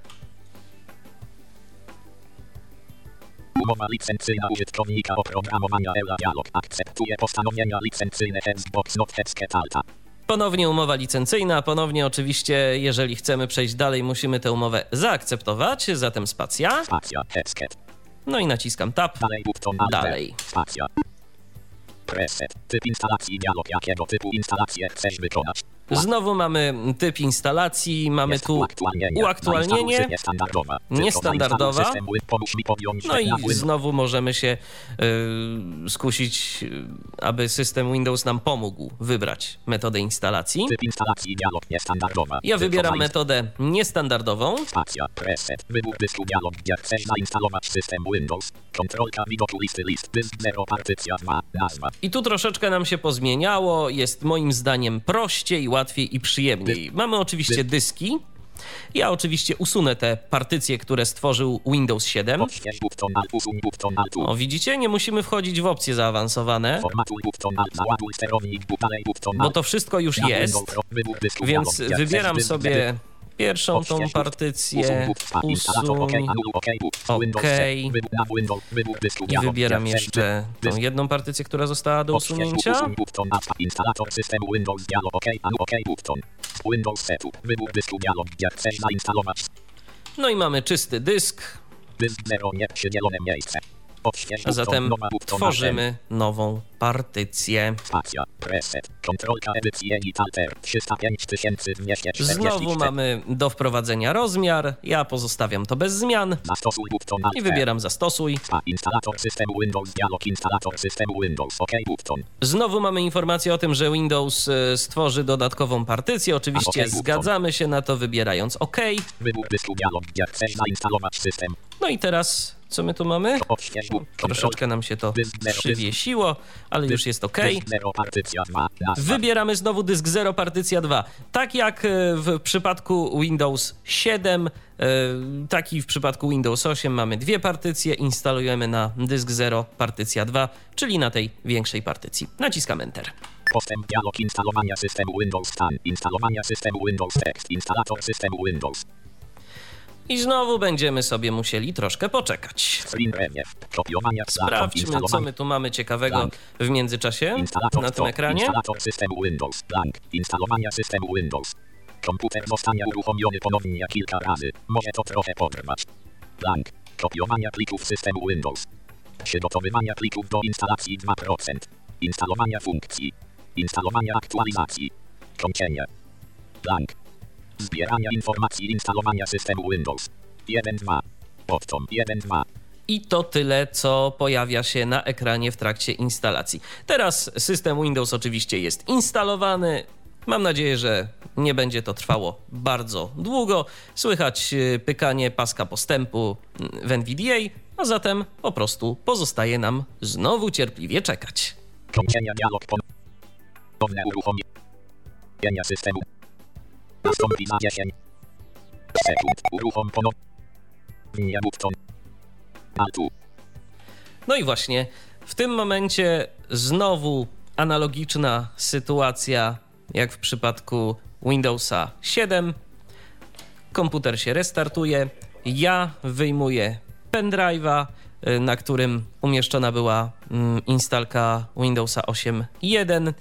Umowa licencyjna użytkownika oprogramowania E U L A Dialog. Akceptuje postanowienia licencyjne Xbox Not Hesket Alta. Ponownie umowa licencyjna, ponownie oczywiście, jeżeli chcemy przejść dalej, musimy tę umowę zaakceptować, zatem spacja, Spacja. Hesket. no i naciskam Tab, Dalej button Alt. dalej. Spacja. Preset. Typ instalacji dialog. Jakiego typu instalację chcesz wykonać? Znowu mamy typ instalacji, mamy Jest tu uaktualnienie. uaktualnienie, Zainstaluj niestandardowa. Tylko niestandardowa. zainstaluj system Win- Pomóż mi podjąć no i na Win- znowu możemy się y, skusić, y, aby system Windows nam pomógł wybrać metodę instalacji. Typ instalacji dialog niestandardowa. Ja Tylko wybieram zainst- metodę niestandardową. Spacja. Preset. Wybór dysku dialog. Gdzie chcesz zainstalować system Windows. Kontrolka widoku listy list. Dysk zero. Partycja dwa. Nazwa. I tu troszeczkę nam się pozmieniało, jest moim zdaniem prościej, łatwiej i przyjemniej. Mamy oczywiście dyski. Ja oczywiście usunę te partycje, które stworzył Windows siedem. Odśwież button Alt. Usuń button Alt. O, widzicie? Nie musimy wchodzić w opcje zaawansowane, Formatuj button Alt. Załaduj sterownik. bu- Dalej button bo Alt. to wszystko już Na jest, Windows Pro. Wybór dysku więc dialog. Gdzie wybieram chcesz dysk sobie pierwszą tą partycję, usuń OK i wybieram jeszcze tą jedną partycję, która została do usunięcia. Instalator systemu Windows dialog OK, OK button. Windows setup. Wybór dysku dialog. Gdzie chcesz zainstalować. No i mamy czysty dysk, Dysk zero. Nieprzydzielone miejsce. Odśwież a button. zatem Nowa button. tworzymy nową partycję. Spacja. Preset. Kontrolka edycji Edit Alter. trzysta pięć tysięcy dwieście czterdzieści Znowu cztery. mamy do wprowadzenia rozmiar, ja pozostawiam to bez zmian Zastosuj button Alt. i wybieram zastosuj. Spa. Instalator systemu Windows dialog. Instalator systemu Windows OK button. Znowu mamy informację o tym, że Windows e, stworzy dodatkową partycję. Oczywiście OK, zgadzamy się na to, wybierając OK. Wybór dysku dialog. Gdzie chcesz zainstalować system. No i teraz, co my tu mamy? Odśwież bu- Troszeczkę nam się to Dysk zero. przywiesiło, ale już jest OK. Dysk zero. Partycja dwa. Nazwa. Wybieramy znowu dysk zero, partycja dwa. Tak jak e, w przypadku Windows siedem, e, tak i w przypadku Windows osiem mamy dwie partycje. Instalujemy na dysk zero, partycja dwa, czyli na tej większej partycji. Naciskam Enter. Postęp dialog instalowania systemu Windows stan. Instalowania systemu Windows tekst. Instalator systemu Windows. I znowu będziemy sobie musieli troszkę poczekać. Screen relief. Kopiowania znaków. Sprawdźmy, co Instalowania. my tu mamy ciekawego w międzyczasie Instalator na tym stop. ekranie. Instalator systemu Windows. Blank. Instalowania systemu Windows. Komputer zostanie uruchomiony ponownie kilka razy. Może to trochę potrwać. Blank. Kopiowania plików systemu Windows. Przygotowywania plików do instalacji dwa procent. Instalowania funkcji. Instalowania aktualizacji. Kończenie. Blank. Zbierania informacji instalowania systemu Windows. jeden dwa. Podtom jeden dwa. I to tyle, co pojawia się na ekranie w trakcie instalacji. Teraz system Windows oczywiście jest instalowany. Mam nadzieję, że nie będzie to trwało bardzo długo. Słychać pykanie paska postępu w N V D A, a zatem po prostu pozostaje nam znowu cierpliwie czekać. Kończenia dialog ponowne uruchomienia systemu. Nastąpi za dziesięć sekund. Uruchom ponownie button. Altu. No i właśnie w tym momencie znowu analogiczna sytuacja jak w przypadku Windowsa siedem. Komputer się restartuje. Ja wyjmuję pendrive'a, na którym umieszczona była instalka Windowsa osiem jeden.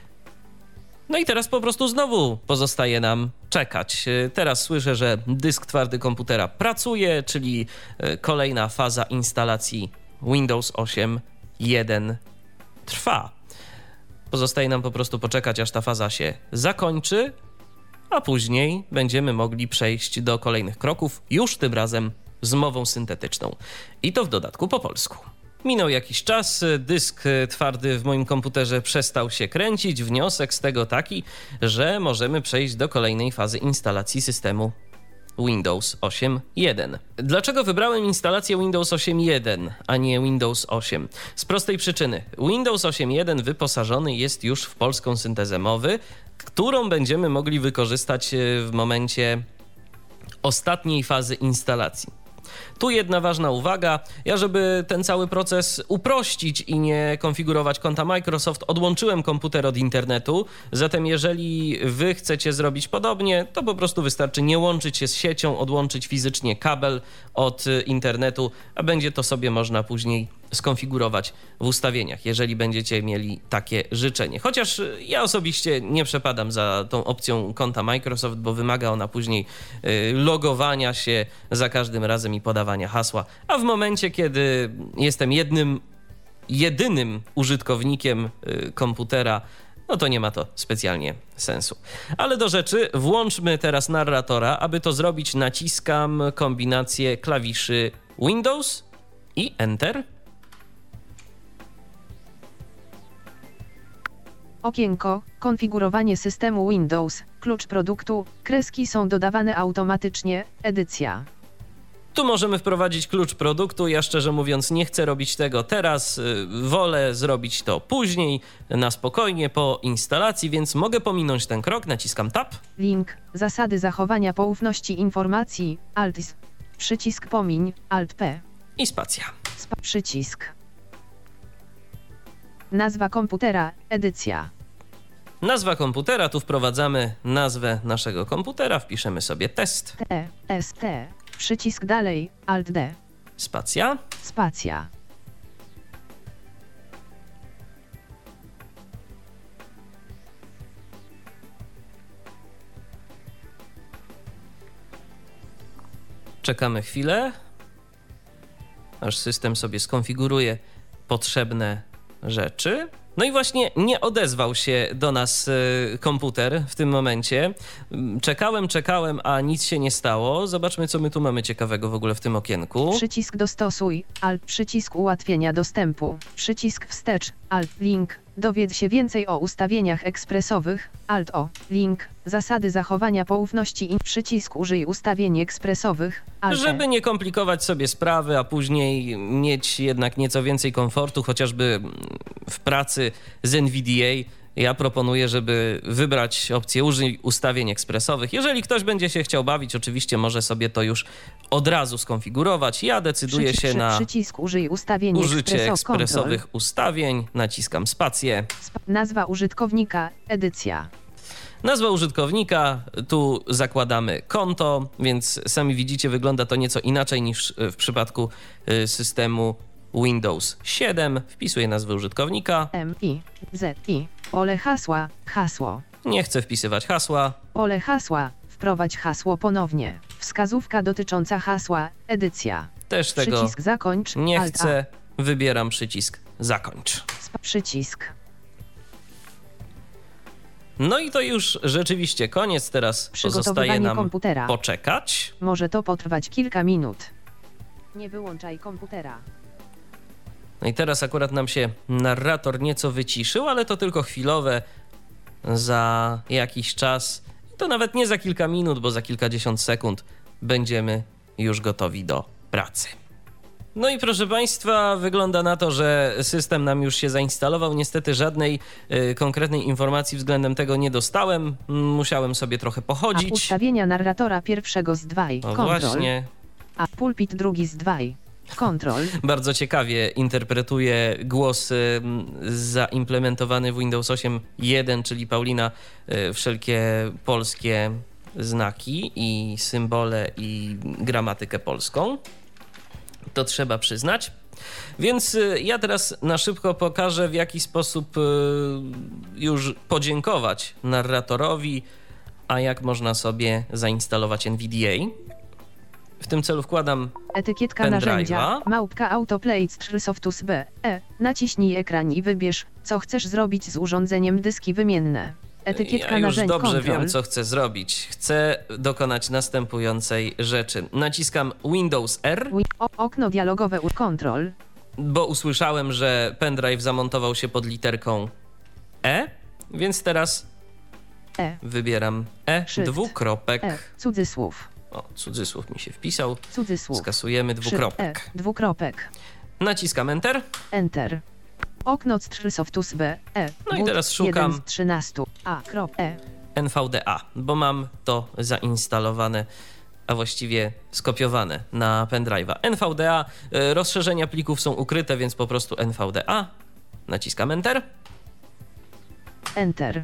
No i teraz po prostu znowu pozostaje nam czekać. Teraz słyszę, że dysk twardy komputera pracuje, czyli kolejna faza instalacji Windows osiem jeden trwa. Pozostaje nam po prostu poczekać, aż ta faza się zakończy, a później będziemy mogli przejść do kolejnych kroków, już tym razem z mową syntetyczną. I to w dodatku po polsku. Minął jakiś czas, dysk twardy w moim komputerze przestał się kręcić. Wniosek z tego taki, że możemy przejść do kolejnej fazy instalacji systemu Windows osiem jeden. Dlaczego wybrałem instalację Windows osiem jeden, a nie Windows osiem? Z prostej przyczyny. Windows osiem jeden wyposażony jest już w polską syntezę mowy, którą będziemy mogli wykorzystać w momencie ostatniej fazy instalacji. Tu jedna ważna uwaga. Ja, żeby ten cały proces uprościć i nie konfigurować konta Microsoft, odłączyłem komputer od internetu. Zatem jeżeli wy chcecie zrobić podobnie, to po prostu wystarczy nie łączyć się z siecią, odłączyć fizycznie kabel od internetu, a będzie to sobie można później skonfigurować w ustawieniach, jeżeli będziecie mieli takie życzenie. Chociaż ja osobiście nie przepadam za tą opcją konta Microsoft, bo wymaga ona później logowania się za każdym razem i podawania hasła. A w momencie, kiedy jestem jednym, jedynym użytkownikiem komputera, no to nie ma to specjalnie sensu. Ale do rzeczy, włączmy teraz narratora. Aby to zrobić, naciskam kombinację klawiszy Windows i Enter. Okienko, konfigurowanie systemu Windows, klucz produktu, kreski są dodawane automatycznie, edycja. Tu możemy wprowadzić klucz produktu. Ja szczerze mówiąc nie chcę robić tego teraz, wolę zrobić to później, na spokojnie po instalacji, więc mogę pominąć ten krok, naciskam Tab. Link, zasady zachowania poufności informacji, Alt, przycisk pomiń, Alt P. I spacja. Spa, przycisk. Nazwa komputera, edycja. Nazwa komputera, tu wprowadzamy nazwę naszego komputera, wpiszemy sobie test. T, S, T, przycisk dalej, Alt D. Spacja. Spacja. Czekamy chwilę, aż system sobie skonfiguruje potrzebne rzeczy. No i właśnie nie odezwał się do nas y, komputer w tym momencie. Czekałem, czekałem, a nic się nie stało. Zobaczmy, co my tu mamy ciekawego w ogóle w tym okienku. Przycisk dostosuj, Alt, przycisk ułatwienia dostępu, przycisk wstecz, Alt, link, dowiedz się więcej o ustawieniach ekspresowych, Alt O, link, zasady zachowania poufności i przycisk użyj ustawień ekspresowych, Alt E. Żeby nie komplikować sobie sprawy, a później mieć jednak nieco więcej komfortu, chociażby w pracy z N V D A, ja proponuję, żeby wybrać opcję użyj ustawień ekspresowych. Jeżeli ktoś będzie się chciał bawić, oczywiście może sobie to już od razu skonfigurować. Ja decyduję Przycisk, się na przycisk użyj ustawień użycie ekspreso, ekspresowych kontrol. ustawień. Naciskam spację. Sp- nazwa użytkownika, edycja. Nazwa użytkownika, tu zakładamy konto, więc sami widzicie, wygląda to nieco inaczej niż w przypadku systemu Windows siedem. Wpisuję nazwę użytkownika. M I Z I. Pole hasła, hasło. Nie chcę wpisywać hasła. Pole hasła, wprowadź hasło ponownie. Wskazówka dotycząca hasła, edycja. Też tego Przycisk zakończ, nie Alt A. chcę. Wybieram przycisk zakończ. Sp- przycisk. No i to już rzeczywiście koniec. Teraz pozostaje Przygotowywanie nam komputera. poczekać. Może to potrwać kilka minut. Nie wyłączaj komputera. No i teraz akurat nam się narrator nieco wyciszył, ale to tylko chwilowe. Za jakiś czas, to nawet nie za kilka minut, bo za kilkadziesiąt sekund będziemy już gotowi do pracy. No i proszę Państwa, wygląda na to, że system nam już się zainstalował. Niestety żadnej y, konkretnej informacji względem tego nie dostałem. Musiałem sobie trochę pochodzić. A ustawienia narratora pierwszego z dwaj. No Control. właśnie. A pulpit drugi z dwaj. Control. Bardzo ciekawie interpretuje głos y, zaimplementowany w Windows osiem jeden, czyli Paulina, y, wszelkie polskie znaki i symbole i gramatykę polską. To trzeba przyznać. Więc y, ja teraz na szybko pokażę, w jaki sposób y, już podziękować narratorowi, a jak można sobie zainstalować N V D A. W tym celu wkładam Etykietka pendrive'a. narzędzia. Małpka Autoplay z Microsoftus B. E. Naciśnij ekran i wybierz, co chcesz zrobić z urządzeniem dyski wymienne. Etykietka Ja już narzędzi. dobrze Control. wiem, co chcę zrobić. Chcę dokonać następującej rzeczy. Naciskam Windows R, Wi- o, okno dialogowe u Control. bo usłyszałem, że pendrive zamontował się pod literką E, więc teraz E. wybieram E, Shift. dwukropek. E. Cudzysłów. O, cudzysłów mi się wpisał. Cudzysłów. Skasujemy Shift. dwukropek. E. Dwukropek. Naciskam Enter. Enter. Okno Microsoftus B. E. No i Boot teraz szukam jeden z trzynastu. A. Krop. E. N V D A, bo mam to zainstalowane, a właściwie skopiowane na pendrive'a. N V D A, y, rozszerzenia plików są ukryte, więc po prostu N V D A. Naciskam Enter. Enter.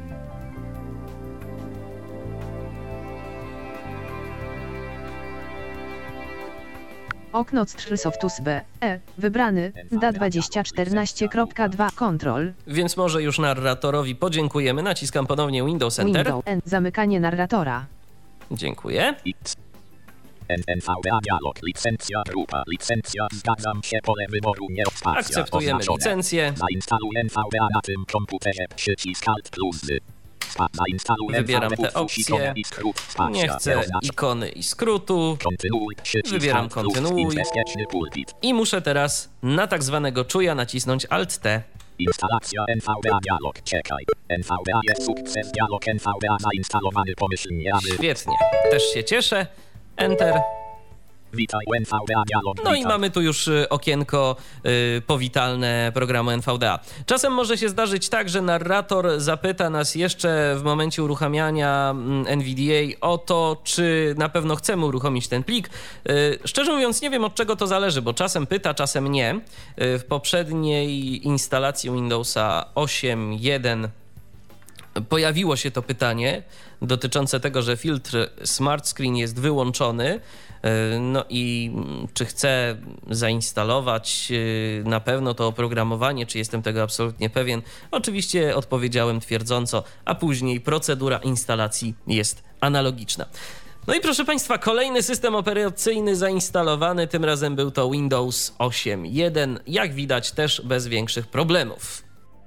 Okno Microsoftus B. E. Wybrany. D A dwa tysiące czternaście kropka dwa. Control. Więc może już narratorowi podziękujemy. Naciskam ponownie Windows Enter. Windows N. Zamykanie narratora. Dziękuję. X. N V D A dialog. Licencja grupa. Licencja. Zgadzam się. Pole wyboru nie spacja. Akceptujemy Oznaczone. licencję. Zainstaluj N V D A na tym komputerze. Przycisk Alt plus. Spa. Zainstaluj Wybieram N V D A te plus, opcje. ikonę i skrót. Spacja. Nie chcę Oznacz- ikony i skrótu. Kontynuuj. Przycisk Wybieram Alt plus. kontynuuj. Bezpieczny pulpit. I muszę teraz na tak zwanego czuja nacisnąć Alt T. Instalacja N V D A dialog. Czekaj. N V D A jest sukces. Dialog N V D A zainstalowany pomyślnie, aby... Świetnie. Też się cieszę. Enter. Witaj N V D A dialog. No i witaj. mamy tu już y, okienko y, powitalne programu N V D A. Czasem może się zdarzyć tak, że narrator zapyta nas jeszcze w momencie uruchamiania mm, N V D A o to, czy na pewno chcemy uruchomić ten plik. Y, Szczerze mówiąc nie wiem, od czego to zależy, bo czasem pyta, czasem nie. Y, W poprzedniej instalacji Windowsa osiem jeden pojawiło się to pytanie dotyczące tego, że filtr Smart Screen jest wyłączony. No i czy chcę zainstalować na pewno to oprogramowanie, czy jestem tego absolutnie pewien? Oczywiście odpowiedziałem twierdząco, a później procedura instalacji jest analogiczna. No i proszę Państwa, kolejny system operacyjny zainstalowany, tym razem był to Windows osiem jeden, jak widać też bez większych problemów.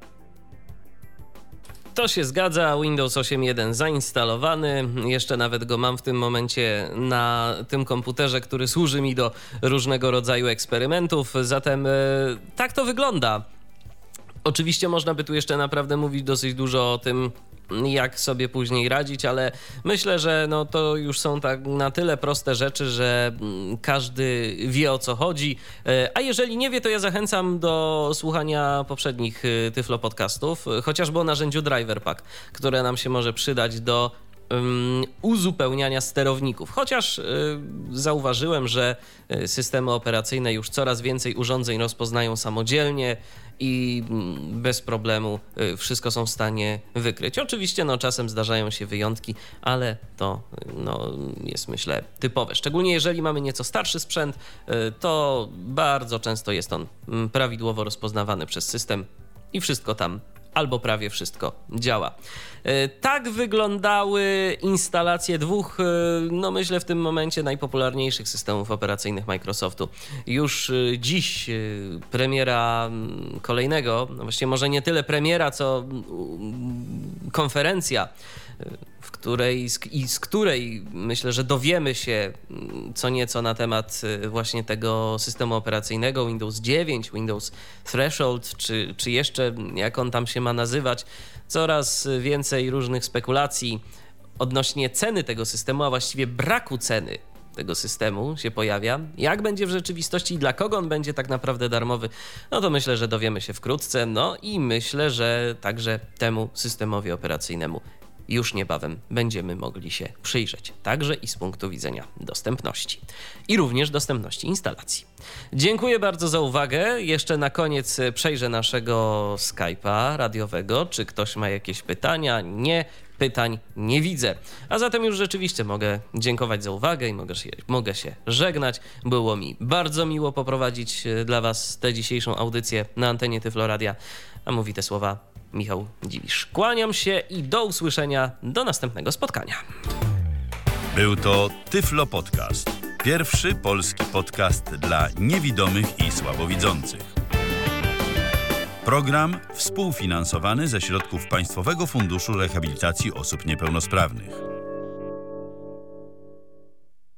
To się zgadza, Windows osiem jeden zainstalowany, jeszcze nawet go mam w tym momencie na tym komputerze, który służy mi do różnego rodzaju eksperymentów, zatem e, tak to wygląda. Oczywiście można by tu jeszcze naprawdę mówić dosyć dużo o tym, jak sobie później radzić, ale myślę, że no to już są tak na tyle proste rzeczy, że każdy wie, o co chodzi. A jeżeli nie wie, to ja zachęcam do słuchania poprzednich Tyflo Podcastów, chociażby o narzędziu Driver Pack, które nam się może przydać do um, uzupełniania sterowników. Chociaż y, zauważyłem, że systemy operacyjne już coraz więcej urządzeń rozpoznają samodzielnie i bez problemu wszystko są w stanie wykryć. Oczywiście no, czasem zdarzają się wyjątki, ale to no, jest myślę typowe. Szczególnie jeżeli mamy nieco starszy sprzęt, to bardzo często jest on prawidłowo rozpoznawany przez system i wszystko tam albo prawie wszystko działa. Tak wyglądały instalacje dwóch, no myślę w tym momencie najpopularniejszych systemów operacyjnych Microsoftu. Już dziś premiera kolejnego, no właściwie może nie tyle premiera, co konferencja, w której, i z której myślę, że dowiemy się co nieco na temat właśnie tego systemu operacyjnego Windows dziewięć, Windows Threshold, czy, czy jeszcze jak on tam się ma nazywać. Coraz więcej różnych spekulacji odnośnie ceny tego systemu, a właściwie braku ceny tego systemu się pojawia. Jak będzie w rzeczywistości i dla kogo on będzie tak naprawdę darmowy, no to myślę, że dowiemy się wkrótce. No i myślę, że także temu systemowi operacyjnemu już niebawem będziemy mogli się przyjrzeć, także i z punktu widzenia dostępności i również dostępności instalacji. Dziękuję bardzo za uwagę. Jeszcze na koniec przejrzę naszego Skype'a radiowego. Czy ktoś ma jakieś pytania? Nie. Pytań nie widzę. A zatem już rzeczywiście mogę dziękować za uwagę i mogę się, mogę się żegnać. Było mi bardzo miło poprowadzić dla Was tę dzisiejszą audycję na antenie Tyflo Radia. A mówi te słowa Michał Dziwisz. Kłaniam się i do usłyszenia, do następnego spotkania. Był to Tyflo Podcast. Pierwszy polski podcast dla niewidomych i słabowidzących. Program współfinansowany ze środków Państwowego Funduszu Rehabilitacji Osób Niepełnosprawnych.